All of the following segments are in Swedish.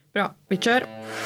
Bra, vi kör.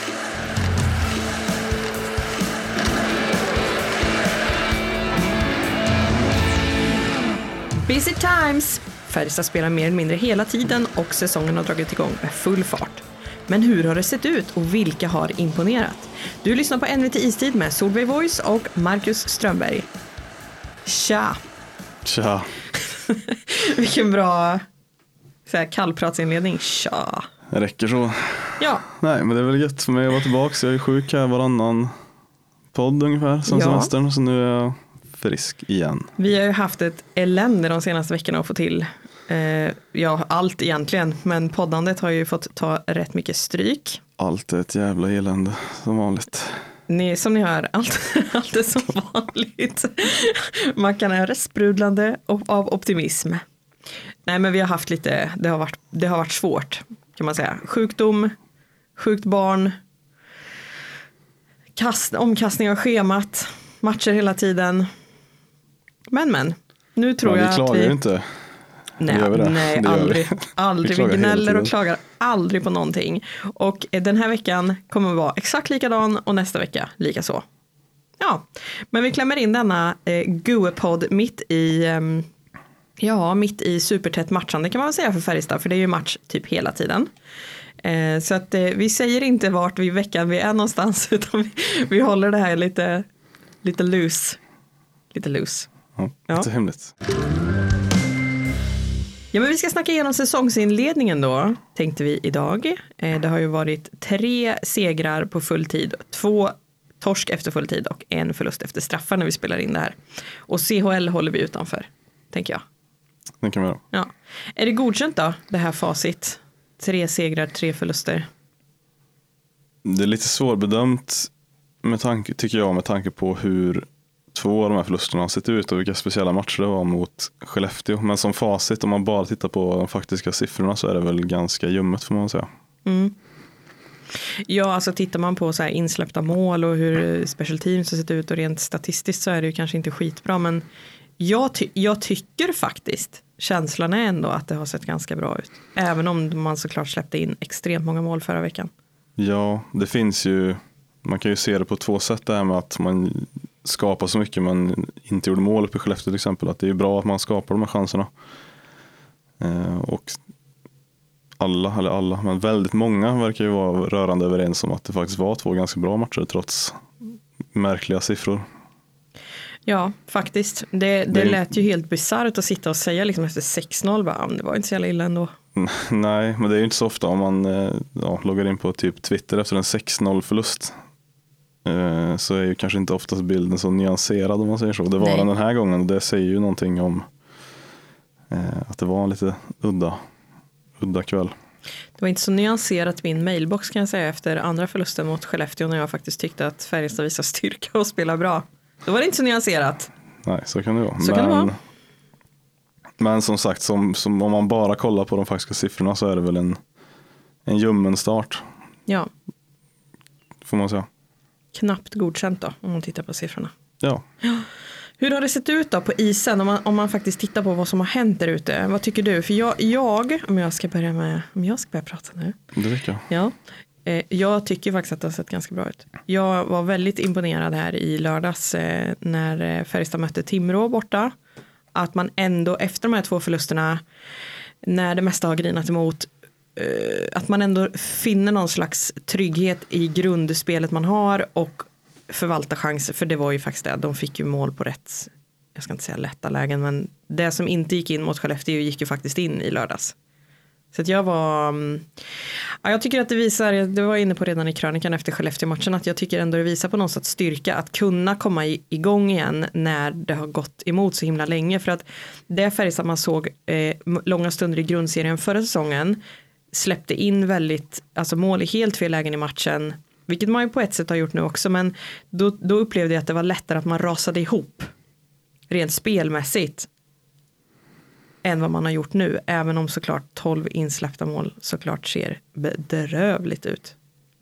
Busy times! Färjestad spelar mer eller mindre hela tiden och säsongen har dragit igång med full fart. Men hur har det sett ut och vilka har imponerat? Du lyssnar på NVT Istid med Solveig Voice och Marcus Strömberg. Tja! Tja! Vilken bra kallpratsinledning. Tja! Det räcker så. Ja. Nej, men det är väl gött för mig att vara tillbaka. Jag är sjuk här varannan podd ungefär som semestern. Så nu är jag frisk igen. Vi har ju haft ett elände de senaste veckorna att få till. Allt egentligen. Men poddandet har ju fått ta rätt mycket stryk. Allt är ett jävla elände som vanligt. Som ni hör, allt är som vanligt. Mackan är sprudlande av optimism. Nej, men vi har haft lite, det har varit svårt kan man säga. Sjukdom, sjukt barn, omkastning av schemat, matcher hela tiden. Men, nu tror jag att vi... Vi klagar ju inte. Nej, aldrig. Vi gnäller och klagar aldrig på någonting. Och den här veckan kommer att vara exakt likadan och nästa vecka lika så. Ja, men vi klämmer in denna GUE-podd mitt i supertätt matchande kan man väl säga för Färjestad. För det är ju match typ hela tiden. Så att vi säger inte vart i veckan vi är någonstans utan vi håller det här lite loose. Lite loose. Ja, lite hemligt. Ja, men vi ska snacka igenom säsongsinledningen då, tänkte vi idag. Det har ju varit 3 segrar på fulltid, 2 torsk efter fulltid och 1 förlust efter straffar när vi spelar in det här. Och CHL håller vi utanför, tänker jag. Det kan vi göra. Ja. Är det godkänt då, det här facit? 3 segrar, 3 förluster. Det är lite svårbedömt med tanke på hur 2 av de här förlusterna har sett ut och vilka speciella matcher det var mot Skellefteå. Men som facit, om man bara tittar på de faktiska siffrorna så är det väl ganska ljummet får man säga. Mm. Ja, alltså tittar man på så här insläppta mål och hur special teams har sett ut och rent statistiskt så är det ju kanske inte skitbra. Men jag tycker faktiskt, känslan är ändå att det har sett ganska bra ut. Även om man såklart släppte in extremt många mål förra veckan. Ja, det finns ju, man kan ju se det på 2 sätt där med att man skapar så mycket man inte gjorde mål uppe i Skellefteå till exempel. Att det är bra att man skapar de här chanserna. Och alla, men väldigt många verkar ju vara rörande överens om att det faktiskt var 2 ganska bra matcher trots märkliga siffror. Ja, faktiskt. Det lät ju helt bizarrt att sitta och säga liksom efter 6-0 bara, det var inte så jävla illa ändå. Nej, men det är ju inte så ofta om man loggar in på typ Twitter efter en 6-0 förlust. Så är ju kanske inte oftast bilden så nyanserad om man säger så. Det var den här gången och det säger ju någonting om att det var en lite udda kväll. Det var inte så nyanserat min mailbox kan jag säga efter andra förlusten mot Skellefteå när jag faktiskt tyckte att Färjestad visar styrka och spelar bra. Då var det inte så nyanserat. Nej, så kan det vara. Men som sagt, som om man bara kollar på de faktiska siffrorna så är det väl en ljummen start. Ja. Får man säga. Knappt godkänt då, om man tittar på siffrorna. Ja. Hur har det sett ut då på isen om man faktiskt tittar på vad som har hänt där ute? Vad tycker du? För om jag ska börja prata nu. Det tycker jag. Ja. Jag tycker faktiskt att det har sett ganska bra ut. Jag var väldigt imponerad här i lördags när Färjestad mötte Timrå borta. Att man ändå efter de här 2 förlusterna, när det mesta har grinat emot, att man ändå finner någon slags trygghet i grundspelet man har och förvalta chanser, för det var ju faktiskt det. De fick ju mål på rätt, jag ska inte säga lätta lägen, men det som inte gick in mot Skellefteå gick ju faktiskt in i lördags. Så att jag tycker att det visar, det var inne på redan i krönikan efter Skellefteå-matchen, att jag tycker ändå det visar på någon sorts styrka att kunna komma igång igen när det har gått emot så himla länge. För att det Färjestad man såg långa stunder i grundserien förra säsongen släppte in mål i helt fel lägen i matchen, vilket man ju på ett sätt har gjort nu också, men då upplevde jag att det var lättare att man rasade ihop rent spelmässigt än vad man har gjort nu, även om såklart 12 insläppta mål såklart ser bedrövligt ut.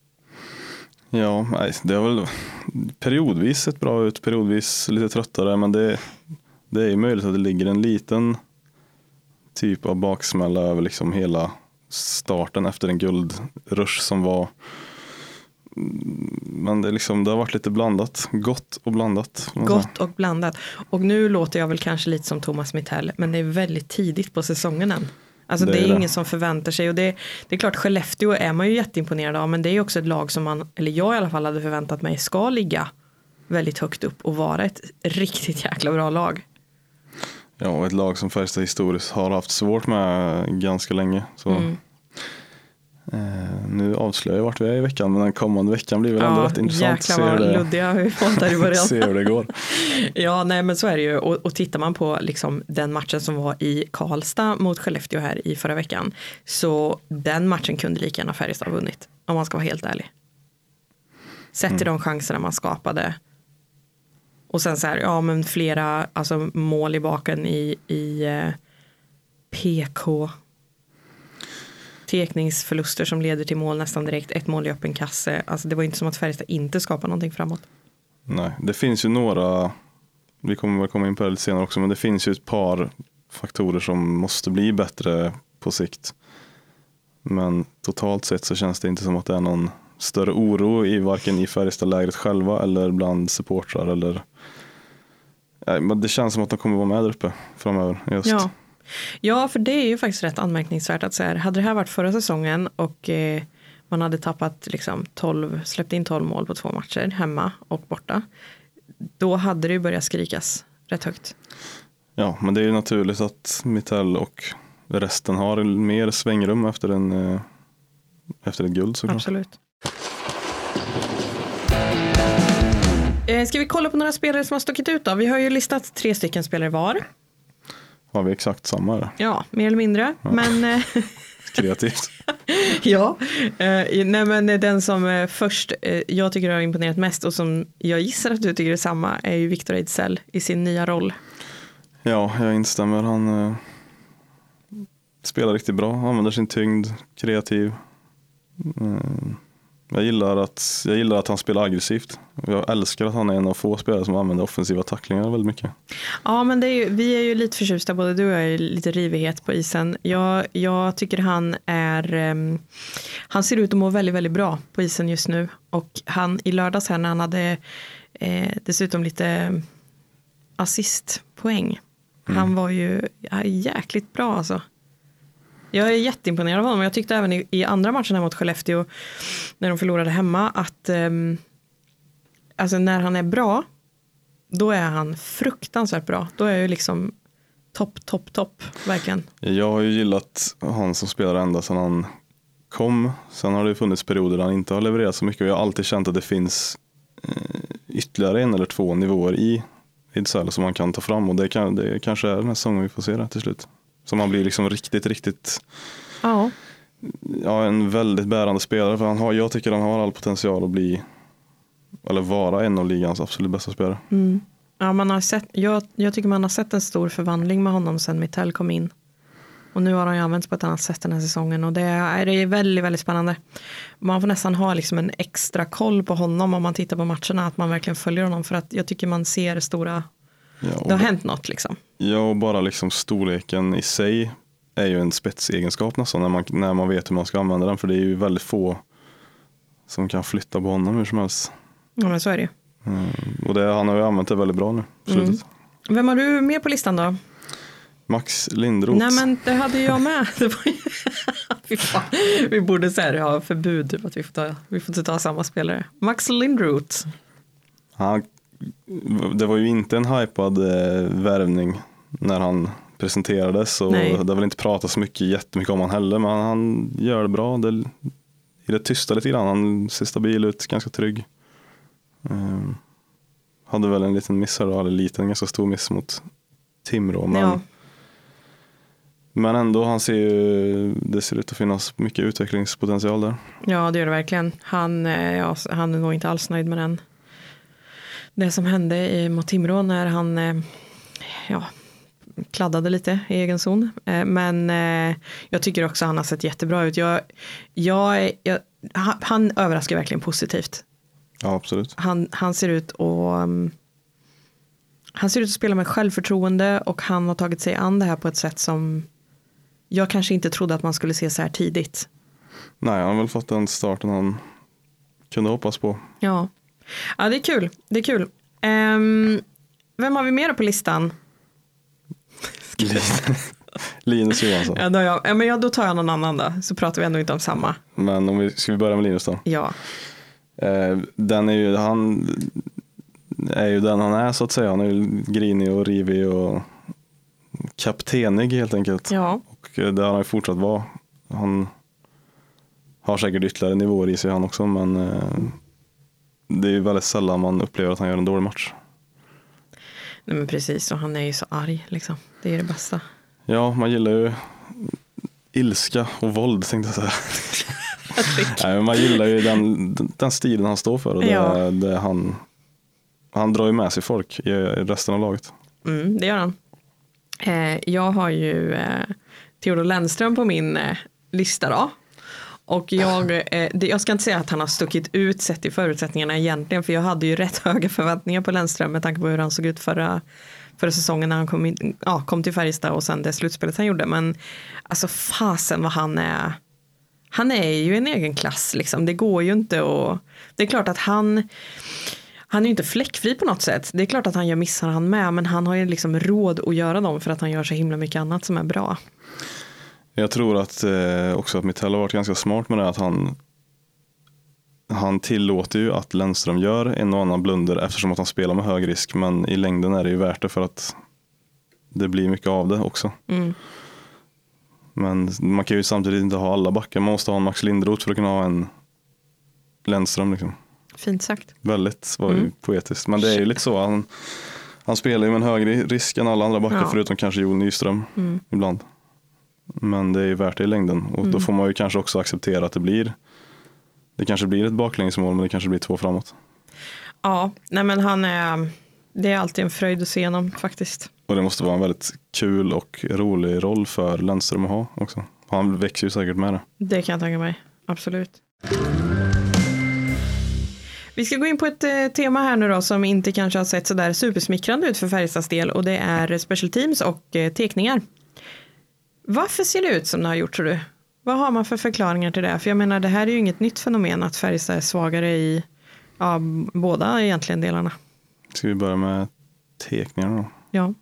Ja, det har väl periodvis sett bra ut, periodvis lite tröttare, men det är ju möjligt att det ligger en liten typ av baksmälla över liksom hela starten efter en guldrush som var, men det har varit lite blandat, gott och blandat. Gott och blandat. Och nu låter jag väl kanske lite som Thomas Mittell, men det är väldigt tidigt på säsongen än. Alltså det är ingen som förväntar sig, och det är klart, Skellefteå är man ju jätteimponerad av, men det är också ett lag som man, eller jag i alla fall, hade förväntat mig ska ligga väldigt högt upp och vara ett riktigt jäkla bra lag. Ja, och ett lag som Färjestad historiskt har haft svårt med ganska länge. Så nu avslöjar jag vart vi är i veckan, men den kommande veckan blir väl ändå rätt intressant. Jäklar vad luddiga vi fått där i början. Se hur det går. Ja, nej, men så är det ju. Och tittar man på liksom den matchen som var i Karlstad mot Skellefteå här i förra veckan, så den matchen kunde lika gärna Färjestad ha vunnit, om man ska vara helt ärlig. Sett till de chanserna man skapade. Och sen så här, ja, men flera alltså mål i baken i PK. Tekningsförluster som leder till mål nästan direkt. Ett mål i öppen kasse. Alltså det var inte som att Färjestad inte skapar någonting framåt. Nej, det finns ju några, vi kommer väl komma in på det lite senare också, men det finns ju ett par faktorer som måste bli bättre på sikt. Men totalt sett så känns det inte som att det är någon större oro i varken i Färjestad-lägret själva eller bland supportrar eller... Nej, men det känns som att de kommer vara med där uppe framöver just. Ja, för det är ju faktiskt rätt anmärkningsvärt att så här, hade det här varit förra säsongen och man hade tappat liksom släppt in 12 mål på 2 matcher hemma och borta, då hade det ju börjat skrikas rätt högt. Ja, men det är ju naturligt att Mittell och resten har mer svängrum efter ett guld såklart. Absolut. Ska vi kolla på några spelare som har stuckit ut då? Vi har ju listat 3 stycken spelare var. Har vi exakt samma eller? Ja, mer eller mindre. Ja. Men... Kreativt. Ja, nej, men den som först jag tycker har imponerat mest och som jag gissar att du tycker är samma är ju Victor Ejdsell i sin nya roll. Ja, jag instämmer. Han spelar riktigt bra, använder sin tyngd, kreativ. Jag gillar att han spelar aggressivt. Jag älskar att han är en av få spelare som använder offensiva tacklingar väldigt mycket. Ja, men vi är ju lite förtjusta, både du och jag är lite rivighet på isen. Jag tycker han ser ut att må väldigt, väldigt bra på isen just nu. Och han i lördags här när han hade dessutom lite assistpoäng. Han var ju jäkligt bra alltså. Jag är jätteimponerad av honom. Jag tyckte även i andra matchen här mot Skellefteå när de förlorade hemma att alltså när han är bra, då är han fruktansvärt bra. Då är jag ju liksom topp, verkligen. Jag har ju gillat han som spelar ända sedan han kom. Sen har det funnits perioder där han inte har levererat så mycket och jag har alltid känt att det finns ytterligare 1 eller 2 nivåer i Ejdsell som man kan ta fram och det kanske är den här säsongen vi får se det till slut. Som han blir liksom riktigt en väldigt bärande spelare för jag tycker han har all potential att bli eller vara en av ligans absolut bästa spelare. Ja, man har sett, jag tycker man har sett en stor förvandling med honom sen Mittell kom in. Och nu har han ju använts på ett annat sätt den här säsongen och det är väldigt, väldigt spännande. Man får nästan ha liksom en extra koll på honom om man tittar på matcherna, att man verkligen följer honom för att jag tycker man ser stora... det har hänt något liksom. Ja, och bara liksom storleken i sig är ju en spetsegenskap nästan när man vet hur man ska använda den. För det är ju väldigt få som kan flytta på honom hur som helst. Ja, men så är det ju. Och han har ju använt det väldigt bra nu. Vem har du med på listan då? Max Lindroth. Nej, men det hade jag med. Vi borde säga ha förbud typ, att vi får inte ta samma spelare. Max Lindroth. Det var ju inte en hypad värvning när han presenterades och det har väl inte pratat så jättemycket om han heller, men han gör det bra. I det tysta lite grann. Han ser stabil ut, ganska trygg. Hade väl en liten miss här då, eller en ganska stor miss mot Timrå, men ändå det ser ut att finnas mycket utvecklingspotential där. Ja, det gör det verkligen. Han är nog inte alls nöjd med det som hände mot Timrå när han kladdade lite i egen zon. Men jag tycker också han har sett jättebra ut. Han överraskar verkligen positivt. Ja, absolut. Han ser ut att spela med självförtroende och han har tagit sig an det här på ett sätt som jag kanske inte trodde att man skulle se så här tidigt. Nej, han har väl fått den starten han kunde hoppas på. Ja, det är kul. Det är kul. Vem har vi mer på listan? Linus Johansson. Då tar jag någon annan då. Så pratar vi ändå inte om samma. Men ska vi börja med Linus då? Ja. Han är ju den han är så att säga. Han är ju grinig och rivig och kaptenig helt enkelt. Ja. Och det har han ju fortsatt vara. Han har säkert ytterligare nivåer i sig han också, men det är ju väldigt sällan man upplever att han gör en dålig match. Nej, men precis, och han är ju så arg liksom. Det är det bästa. Ja, man gillar ju ilska och våld tänkte jag säga. Nej, men man gillar ju den stilen han står för och det han drar ju med sig folk i resten av laget. Det gör han. Jag har ju Theodor Lennström på min lista då. Och jag ska inte säga att han har stuckit ut sett i förutsättningarna egentligen, för jag hade ju rätt höga förväntningar på Lennström med tanke på hur han såg ut förra säsongen när han kom till Färjestad och sen det slutspelet han gjorde. Men alltså fasen vad han är ju en egen klass liksom. Det går ju inte och det är klart att han är ju inte fläckfri på något sätt. Det är klart att han gör missar han med, men han har ju liksom råd att göra dem för att han gör så himla mycket annat som är bra. Jag tror att också att Mitell har varit ganska smart med det, att han tillåter ju att Lennström gör en och annan blunder eftersom att han spelar med hög risk, men i längden är det ju värt det för att det blir mycket av det också. Men man kan ju samtidigt inte ha alla backar. Man måste ha en Max Lindroth för att kunna ha en Lennström liksom. Fint sagt. Väldigt poetiskt. Men det är ju lite så. Han spelar ju med en högre risk än alla andra backar förutom kanske Joel Nyström ibland. Men det är ju värt det i längden. Och då får man ju kanske också acceptera att det kanske blir ett baklängsmål, men det kanske blir 2 framåt. Ja, nej men det är alltid en fröjd att se honom faktiskt. Och det måste vara en väldigt kul och rolig roll för Lennström att ha också. Han växer ju säkert med det. Det kan jag tänka mig, absolut. Vi ska gå in på ett tema här nu då som inte kanske har sett så där supersmickrande ut för Färjestads del, och det är special teams och tekningar. Varför ser det ut som det har gjort, tror du? Vad har man för förklaringar till det? För jag menar, det här är ju inget nytt fenomen att Färjestad är svagare i båda egentligen delarna. Ska vi börja med tekningarna då? Ja.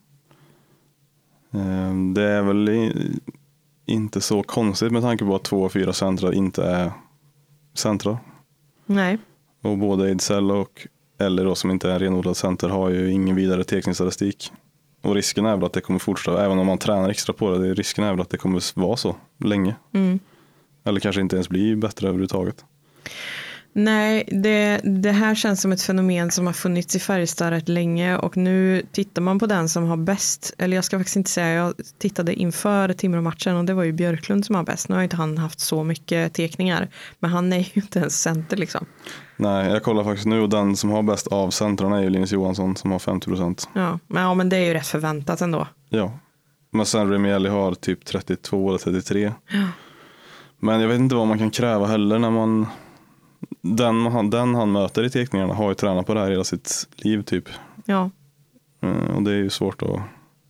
Det är väl inte så konstigt med tanke på att 2 av 4 centra inte är centra. Nej. Och både Ejdsell och eller då som inte är renodlad center har ju ingen vidare tekningsstatistik. Och risken är väl att det kommer fortsätta, även om man tränar extra på det, risken är väl att det kommer vara så länge. Eller kanske inte ens bli bättre överhuvudtaget. Nej, det här känns som ett fenomen som har funnits i Färjestad rätt länge, och nu tittar man på den som har bäst, eller jag ska faktiskt inte säga, jag tittade inför Timrå-matchen och det var ju Björklund som har bäst. Nu har inte han haft så mycket tekningar, men han är ju inte ens center liksom. Nej, jag kollar faktiskt nu och den som har bäst av centrarna är ju Linus Johansson som har 50%. Ja, men det är ju rätt förväntat ändå. Ja, men sen Remieli har typ 32 eller 33. Ja. Men jag vet inte vad man kan kräva heller när man den han möter i tekningarna har ju tränat på det här hela sitt liv typ. Ja. Och det är ju svårt att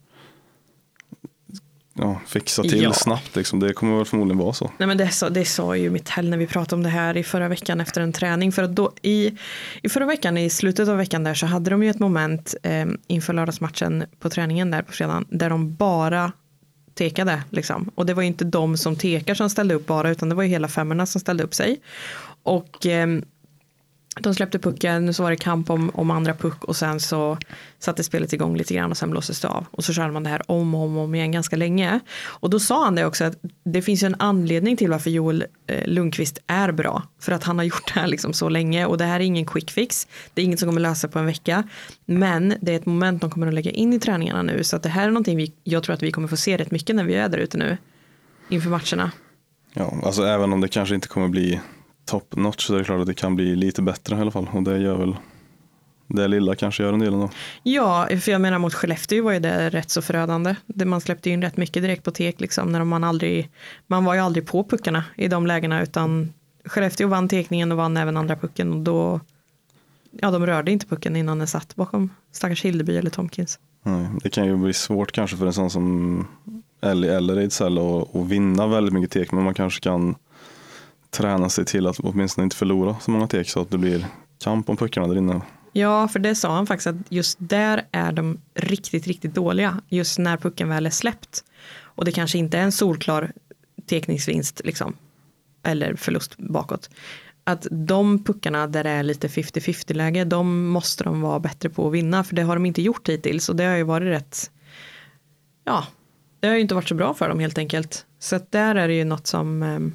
fixa till snabbt liksom. Det kommer väl förmodligen vara så. Nej, men det sa ju Mitell när vi pratade om det här i förra veckan efter en träning, för att då i förra veckan, i slutet av veckan där, så hade de ju ett moment inför lördagsmatchen på träningen där på fredagen där de bara tekade liksom. Och det var ju inte de som tekar som ställde upp bara, utan det var ju hela femmorna som ställde upp sig. Och de släppte pucken, så var det kamp om andra puck, och sen så satte spelet igång lite grann och sen blåstes det av. Och så körde man det här om igen ganska länge. Och då sa han det också, att det finns ju en anledning till varför Joel Lundqvist är bra. För att han har gjort det här liksom så länge, och det här är ingen quick fix. Det är inget som kommer lösa på en vecka. Men det är ett moment de kommer att lägga in i träningarna nu. Så att det här är någonting jag tror att vi kommer få se rätt mycket när vi är där ute nu inför matcherna. Ja, alltså även om det kanske inte kommer bli top notch, så är det klart att det kan bli lite bättre i alla fall. Och det gör väl det lilla kanske gör en del ändå. Ja, för jag menar mot Skellefteå var ju det rätt så förödande. Man släppte in rätt mycket direkt på tek liksom, när man var ju aldrig på puckarna i de lägena, utan Skellefteå vann tekningen och vann även andra pucken, och då de rörde inte pucken innan den satt bakom stackars Hildeby eller Tomkins. Nej, det kan ju bli svårt kanske för en sån som eller Ejdsell och vinna väldigt mycket tek, men man kanske kan träna sig till att åtminstone inte förlora så många tek så att det blir kamp om puckarna där inne. Ja, för det sa han faktiskt att just där är de riktigt, riktigt dåliga. Just när pucken väl är släppt. Och det kanske inte är en solklar tekningsvinst liksom. Eller förlust bakåt. Att de puckarna där det är lite 50-50 läge, de måste de vara bättre på att vinna. För det har de inte gjort hittills. Och det har ju varit rätt, ja, det har ju inte varit så bra för dem helt enkelt. Så att där är det ju något som,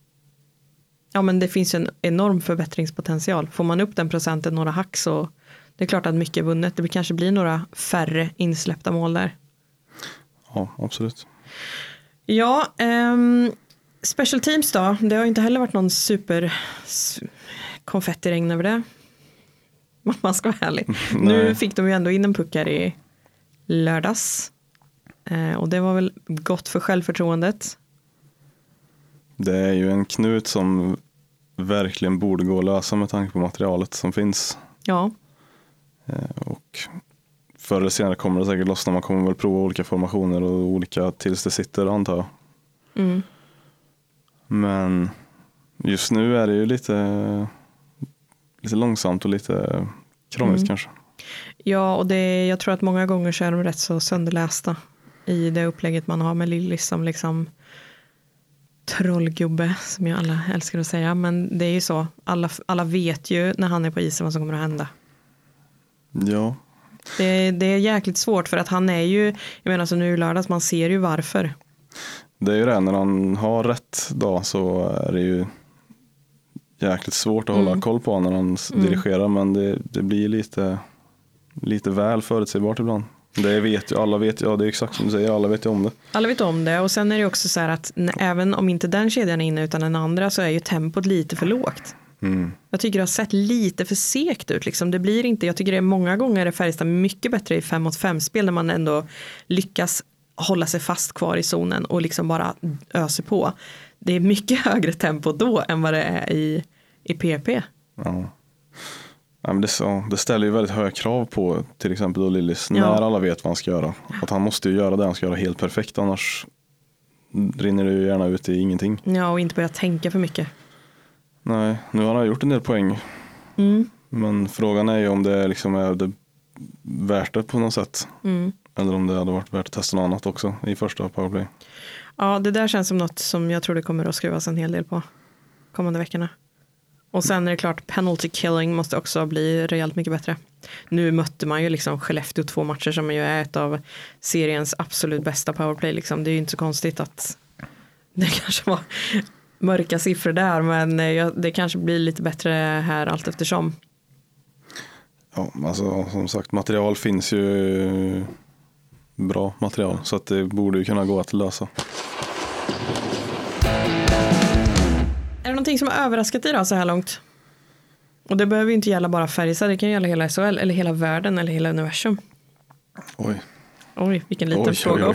ja men det finns en enorm förbättringspotential. Får man upp den procenten några hack så det är klart att mycket är vunnet. Det kanske blir några färre insläppta mål där. Ja, absolut. Ja, special teams då. Det har inte heller varit någon super konfettiregn över det. Man ska vara ärlig. Nu fick de ju ändå in en puck här i lördags. Och det var väl gott för självförtroendet. Det är ju en knut som verkligen borde gå att lösa med tanke på materialet som finns. Ja. Och förr eller senare kommer det säkert lossna. Man kommer väl prova olika formationer och olika tills det sitter, antar jag. Mm. Men just nu är det ju lite långsamt och lite krångligt kanske. Ja, och jag tror att många gånger så är de rätt så sönderlästa i det upplägget man har med Lillis som liksom trollgubbe, som ju alla älskar att säga. Men det är ju så, alla vet ju när han är på isen vad som kommer att hända. Ja. Det är jäkligt svårt för att han är ju, jag menar så nu i lördags, man ser ju varför. Det är ju det, när han har rätt dag så är det ju jäkligt svårt att hålla koll på när han dirigerar, men det blir lite väl förutsägbart ibland. Det vet ju, alla vet ju, ja det är exakt som du säger, alla vet ju om det. Alla vet om det, och sen är det också så här att även om inte den kedjan är inne utan den andra så är ju tempot lite för lågt. Jag tycker det har sett lite för segt ut liksom. Det blir inte, jag tycker det är många gånger är Färjestad mycket bättre i 5-mot-5-spel när man ändå lyckas hålla sig fast kvar i zonen och liksom bara öser på. Det är mycket högre tempo då än vad det är i PP. Ja. Ja, men det ställer ju väldigt höga krav på till exempel då Lillis, när alla vet vad han ska göra. Att han måste ju göra det han ska göra helt perfekt, annars rinner det ju gärna ut i ingenting. Ja, och inte börja tänka för mycket. Nej, nu har han gjort en del poäng. Men frågan är ju om det liksom är det värt det på något sätt. Eller om det hade varit värt att testa något annat också i första powerplay. Ja, det där känns som något som jag tror det kommer att skruvas en hel del på kommande veckorna. Och sen är det klart, penalty killing måste också bli rejält mycket bättre. Nu mötte man ju liksom Skellefteå 2 matcher som ju är ett av seriens absolut bästa powerplay. Liksom. Det är ju inte så konstigt att det kanske var mörka siffror där, men det kanske blir lite bättre här allt eftersom. Ja, alltså som sagt, material finns ju, bra material, så att det borde ju kunna gå att lösa. Är det någonting som har överraskat dig då så här långt? Och det behöver ju inte gälla bara Färjestad, det kan gälla hela SHL eller hela världen eller hela universum. Oj, vilken liten fråga.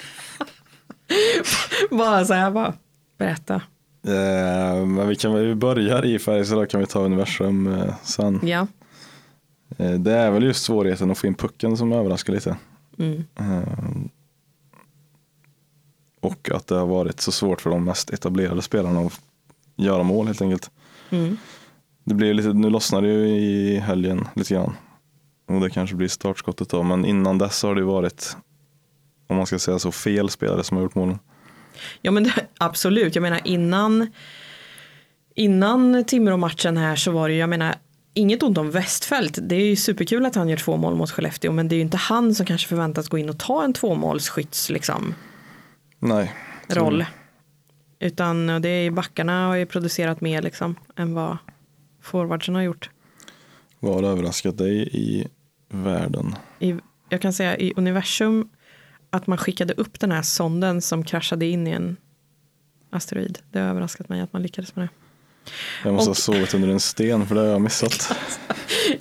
Bara så här, bara berätta. Men vi börjar i Färjestad, då kan vi ta universum sen. Ja. Det är väl just svårigheten att få in pucken som överraskar lite. Och att det har varit så svårt för de mest etablerade spelarna att göra mål helt enkelt. Det blir lite, nu lossnar det ju i helgen lite grann. Och det kanske blir startskottet då. Men innan dess har det varit, om man ska säga så, fel spelare som har gjort målen. Ja men absolut, jag menar innan Timrå-matchen här så var det ju, jag menar, inget ont om Westfält. Det är ju superkul att han gör 2 mål mot Skellefteå, men det är ju inte han som kanske förväntas gå in och ta en 2-målsskytts liksom. Nej. Roll. Utan det är backarna har ju producerat mer liksom än vad forwardsen har gjort. Vad har överraskat dig i världen? Jag kan säga i universum att man skickade upp den här sonden som kraschade in i en asteroid. Det har överraskat mig att man lyckades med det. Jag måste ha sovit under en sten, för det har jag missat.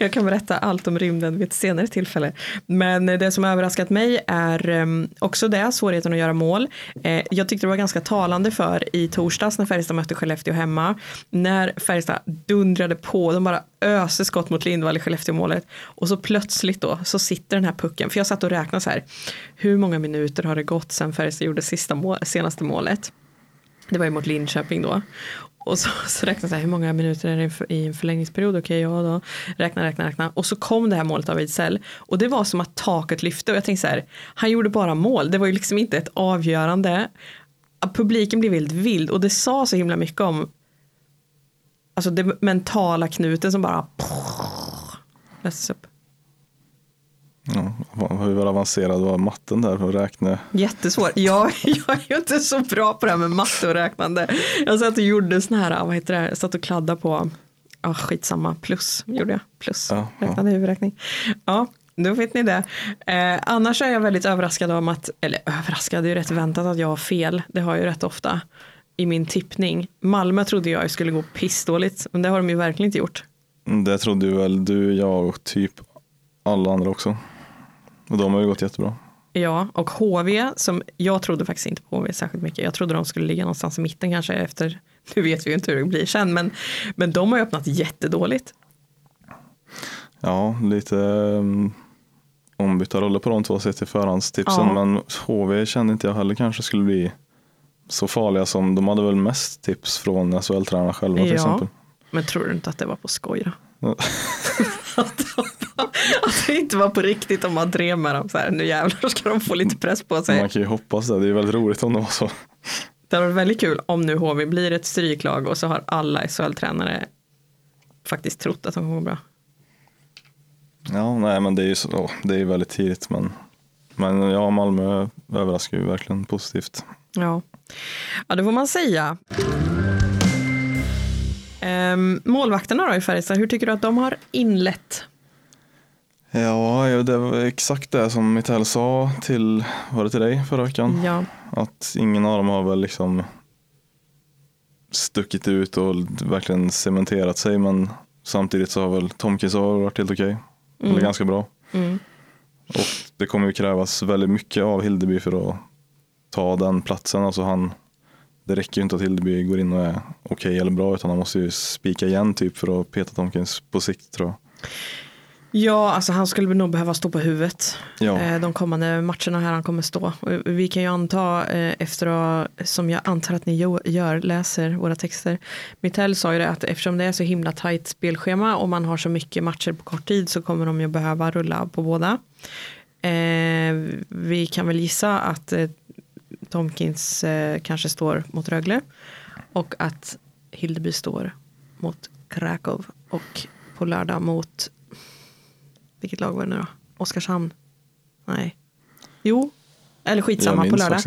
Jag kan berätta allt om rymden vid ett senare tillfälle. Men det som överraskat mig är också det, svårigheten att göra mål. Jag tyckte det var ganska talande för i torsdags när Färjestad mötte Skellefteå hemma. När Färjestad dundrade på, de bara öser skott mot Lindvall i Skellefteå-målet. Och så plötsligt då så sitter den här pucken. För jag satt och räknade så här. Hur många minuter har det gått sedan Färjestad gjorde senaste målet? Det var ju mot Linköping då. Och så räknade jag hur många minuter är det i en förlängningsperiod. Okej, ja då. Räkna. Och så kom det här målet av Ejdsell. Och det var som att taket lyfte. Och jag tänkte så här, han gjorde bara mål. Det var ju liksom inte ett avgörande. Publiken blev helt vild. Och det sa så himla mycket om alltså det mentala knuten som bara löstes upp. Ja, hur avancerad var matten där för att räkna? Jättesvår. Jag är ju inte så bra på det här med matte och räknande. Jag satt och gjorde sån här, vad heter det? Jag satt och kladdade på, skitsamma, plus gjorde jag. Plus, räknade huvudräkning. Ja, då vet ni det. Annars är jag väldigt överraskad om överraskad, det är ju rätt väntat att jag har fel. Det har jag ju rätt ofta i min tippning. Malmö trodde jag skulle gå pissdåligt, men det har de ju verkligen inte gjort. Det trodde ju väl du, jag och typ alla andra också. Och de har ju gått jättebra. Ja, och HV, som jag trodde faktiskt inte på HV särskilt mycket. Jag trodde de skulle ligga någonstans i mitten kanske efter, nu vet vi ju inte hur det blir sen, men de har ju öppnat jättedåligt. Ja, lite ombytta roller på de två sett i förhandstipsen, men HV kände inte jag heller kanske skulle bli så farliga som de hade väl mest tips från SHL-tränarna själva till exempel. Men tror du inte att det var på skoj då? Att det inte var på riktigt om man drev med dem så här, nu jävlar ska de få lite press på sig. Man kan ju hoppas det är väldigt roligt om det var så. Det var väldigt kul om nu HV blir ett stryklag och så har alla SHL-tränare faktiskt trott att de kommer gå bra. Ja, nej men det är ju så, det är ju väldigt tidigt men ja, Malmö överraskar ju verkligen positivt. Ja, det får man säga. Målvakterna då i Färjestad, hur tycker du att de har inlett? Ja, det var exakt det som Mitell sa till dig förra veckan. Ja. Att ingen av dem har väl liksom stuckit ut och verkligen cementerat sig, men samtidigt så har väl Tomkins varit helt okej. Eller ganska bra. Och det kommer ju krävas väldigt mycket av Hildeby för att ta den platsen. Alltså det räcker ju inte att Hildeby går in och är okej eller bra, utan han måste ju spika igen typ för att peta Tomkins på sikt, tror jag. Ja, alltså han skulle nog behöva stå på huvudet. Ja. De kommande matcherna här han kommer stå. Vi kan ju anta efter att, som jag antar att ni läser våra texter. Mitell sa ju det att eftersom det är så himla tajt spelschema och man har så mycket matcher på kort tid så kommer de ju behöva rulla på båda. Vi kan väl gissa att Tomkins kanske står mot Rögle och att Hildeby står mot Krakow och på lördag mot, vilket lag var det nu då? Oskarshamn? Nej. Jo, eller skitsamma på lördag.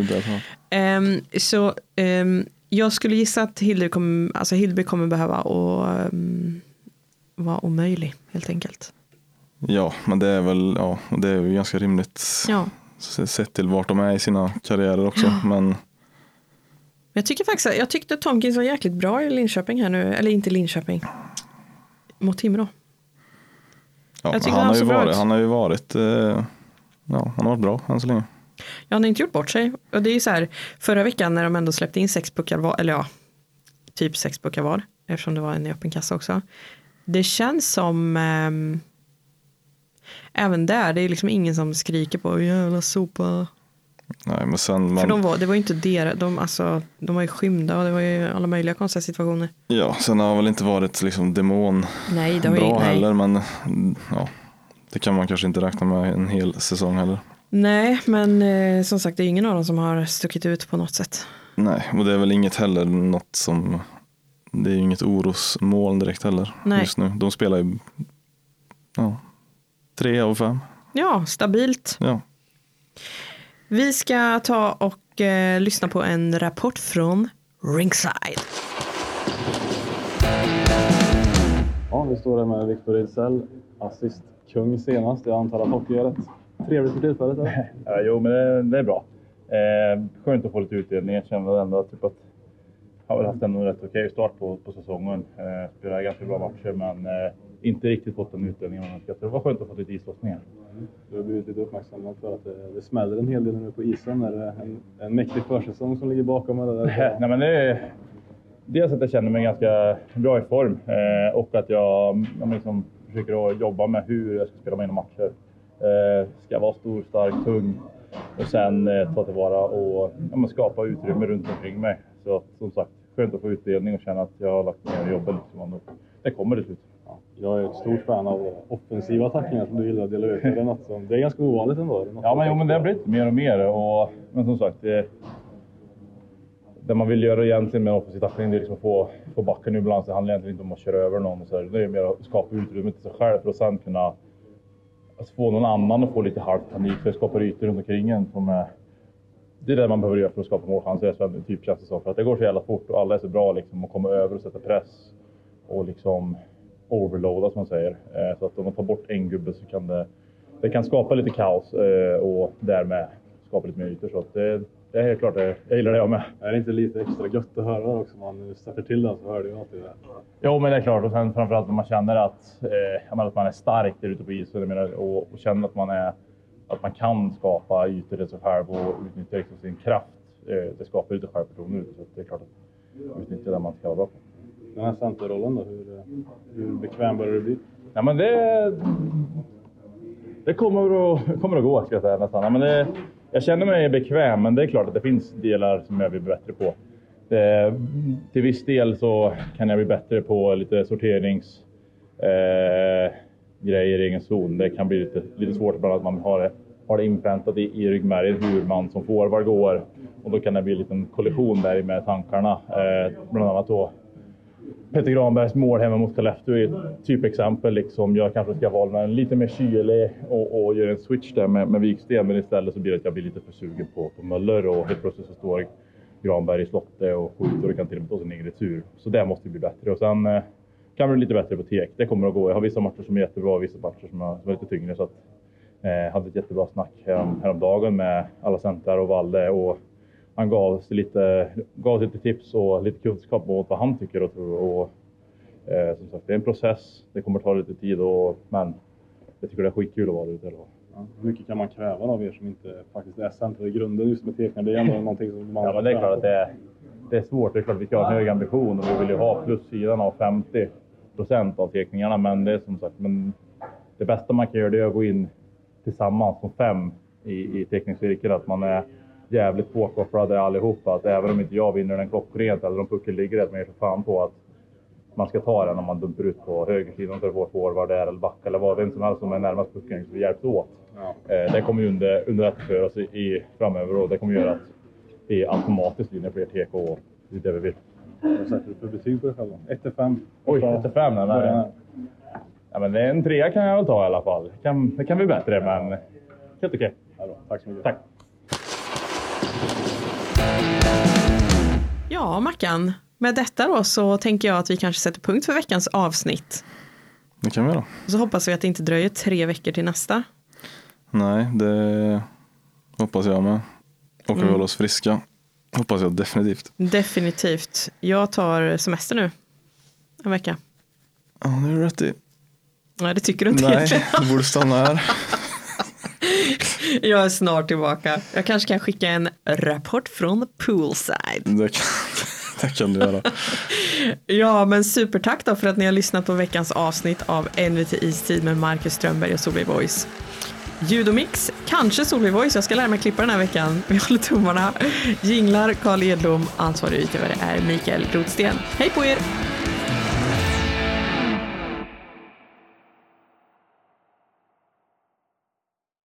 Jag skulle gissa att Hildeby kommer behöva vara omöjlig helt enkelt. Ja, men det är väl det är ju ganska rimligt. Ja. Sett till vart de är i sina karriärer också. Ja. Men jag tyckte Tomkins var jäkligt bra i Linköping här nu. Eller inte Linköping. Mot Timrå. Ja, han har ju varit han har varit bra än så länge. Ja, han har inte gjort bort sig. Och det är ju så här, förra veckan när de ändå släppte in 6 puckar var, eller ja, typ 6 puckar var, eftersom det var en i öppen kassa också. Det känns som även där, det är liksom ingen som skriker på jävla sopa. Nej, men sen för det var ju inte de var ju skymda och det var ju alla möjliga konstiga situationer. Ja, sen har väl inte varit liksom demon bra heller, men ja, det kan man kanske inte räkna med en hel säsong heller. Nej, men som sagt, det är ingen av dem som har stuckit ut på något sätt. Nej, och det är väl inget heller något som, det är ju inget orosmål direkt heller. Nej. Just nu. De spelar ju 3 av 5. Ja, stabilt. Ja. Vi ska ta och lyssna på en rapport från Ringside. Ja, vi står här med Victor Ejdsell, assistkung senast. Jag antar att hockey är rätt trevligt för tillfället, eller? Ja, jo, men det är bra. Skönt att få lite utdelning. Jag känner ändå typ att jag har haft en rätt okej start på säsongen. Spelar ganska bra matcher, men inte riktigt fått den utdelningen. Det var skönt att få lite islossningar. Du har blivit lite uppmärksammad för att det smäller en hel del nu på isen. Är det en mäktig försäsong som ligger bakom? Eller? Nej, men det är dels att jag känner mig ganska bra i form och att jag liksom försöker att jobba med hur jag ska spela mina matcher. Ska vara stor, stark, tung och sen ta tillvara och skapa utrymme runt omkring mig. Så att, som sagt, skönt att få utdelning och känna att jag har lagt ner jobbet. Liksom. Det kommer till slut. Ja, jag är ett stort fan av offensiva tacklingar som du gillar att dela ut. Är det något som, det är ganska ovanligt ändå. Ja, men det har blivit mer och mer. Men som sagt, det man vill göra egentligen med offensiv tackling är liksom få backen i balans. Det handlar egentligen inte om att köra över någon. Och så här. Det är mer att skapa utrymme till sig själv för att sen kunna få någon annan att få lite halv panik för att skapa ytor runt omkring en. Det är det man behöver göra för att skapa målchanser. Typ känns det så. För att det går så jävla fort och alla är så bra liksom, att komma över och sätta press. Och liksom overloada som man säger. Så att om man tar bort en gubbe så kan det kan skapa lite kaos och därmed skapa lite mer ytor. Så att det är helt klart, jag gillar det jag med. Är det inte lite extra gött att höra också? Man sätter till den så hör det ju alltid det. Jo, men det är klart. Och sen framförallt när man känner att man är stark där ute på isen och känner att man kan skapa ytor till sig själv och utnyttja liksom sin kraft. Det skapar lite självförtroende. Så det är klart att utnyttja det man ska vara bra på. Den här centerrollen då, hur bekväm börjar det bli? Ja, men det kommer att gå, ska jag säga nästan. Ja, men jag känner mig bekväm, men det är klart att det finns delar som jag blir bättre på. Till viss del så kan jag bli bättre på lite sorterings grejer i egen zon. Det kan bli lite svårt ibland att man har det inpräntat i ryggmärgen hur man som forward går. Och då kan det bli en liten kollision där med tankarna. Bland annat då Peter Granbergs mål hemma mot Skellefteå är ett typexempel. Liksom, jag kanske ska valna en lite mer kylig och göra en switch där med Viksten. Men istället så blir det att jag blir lite för sugen på Möller. Och helt plötsligt så står Granberg i slottet och skjuter och kan till och med ta sin egen retur. Så det måste bli bättre. Och sen kan vi bli lite bättre på tek. Det kommer att gå. Jag har vissa matcher som är jättebra och vissa matcher som är lite tyngre. Så att, hade ett jättebra snack häromdagen med alla centrar och Valle. Och han gav oss lite tips och lite kunskap om vad han tycker och tror. Och, som sagt, det är en process. Det kommer att ta lite tid. Men jag tycker det är skitkul att vara ute. Ja, hur mycket kan man kräva av er som inte faktiskt är centrar i grunden just med teckningar? Det är ändå någonting som man... Ja, men det är klart att det är svårt. Det är klart att vi ska ha en hög ambition och vi vill ju ha plussidan av 50% av teckningarna. Men det är som sagt, det bästa man kan göra det är att gå in tillsammans som 5 i teckningscirkeln. Att man är jävligt påkopplade allihopa. Att även om inte jag vinner den klockrent eller om pucken ligger rätt, men jag är så fan på att man ska ta den om man dumpar ut på högersidan för vår forward där eller backa eller vad, vem som helst som är närmast pucken, så vi hjälps åt. Ja. Det kommer ju underlätta för oss framöver och det kommer göra att vi automatiskt vinner fler TK och det är det vi vill. Vad sätter du för betyg på dig själv då? 1-5? Oj, 1-5? Ja, men en 3 kan jag väl ta i alla fall. Det kan bli bättre, men helt okej. Ja, tack så mycket. Tack. Ja, Mackan. Med detta då så tänker jag att vi kanske sätter punkt för veckans avsnitt. Det kan vi då. Och så hoppas vi att det inte dröjer 3 veckor till nästa. Nej, det hoppas jag med. Och vi håller oss friska. Hoppas jag definitivt. Definitivt. Jag tar semester nu. En vecka. Ja, det är rätt i. Nej, det tycker du inte. Nej, du borde stanna här. Jag är snart tillbaka. Jag kanske kan skicka en rapport från poolside. Det kan du göra. Ja, men supertack då för att ni har lyssnat på veckans avsnitt av NVT Istid med Marcus Strömberg och Solveig Voice. Judomix, kanske Solveig Voice. Jag ska lära mig klippa den här veckan. Vi håller tummarna. Jinglar Carl Edlom, ansvarig utgivare är Mikael Rotsten. Hej på er!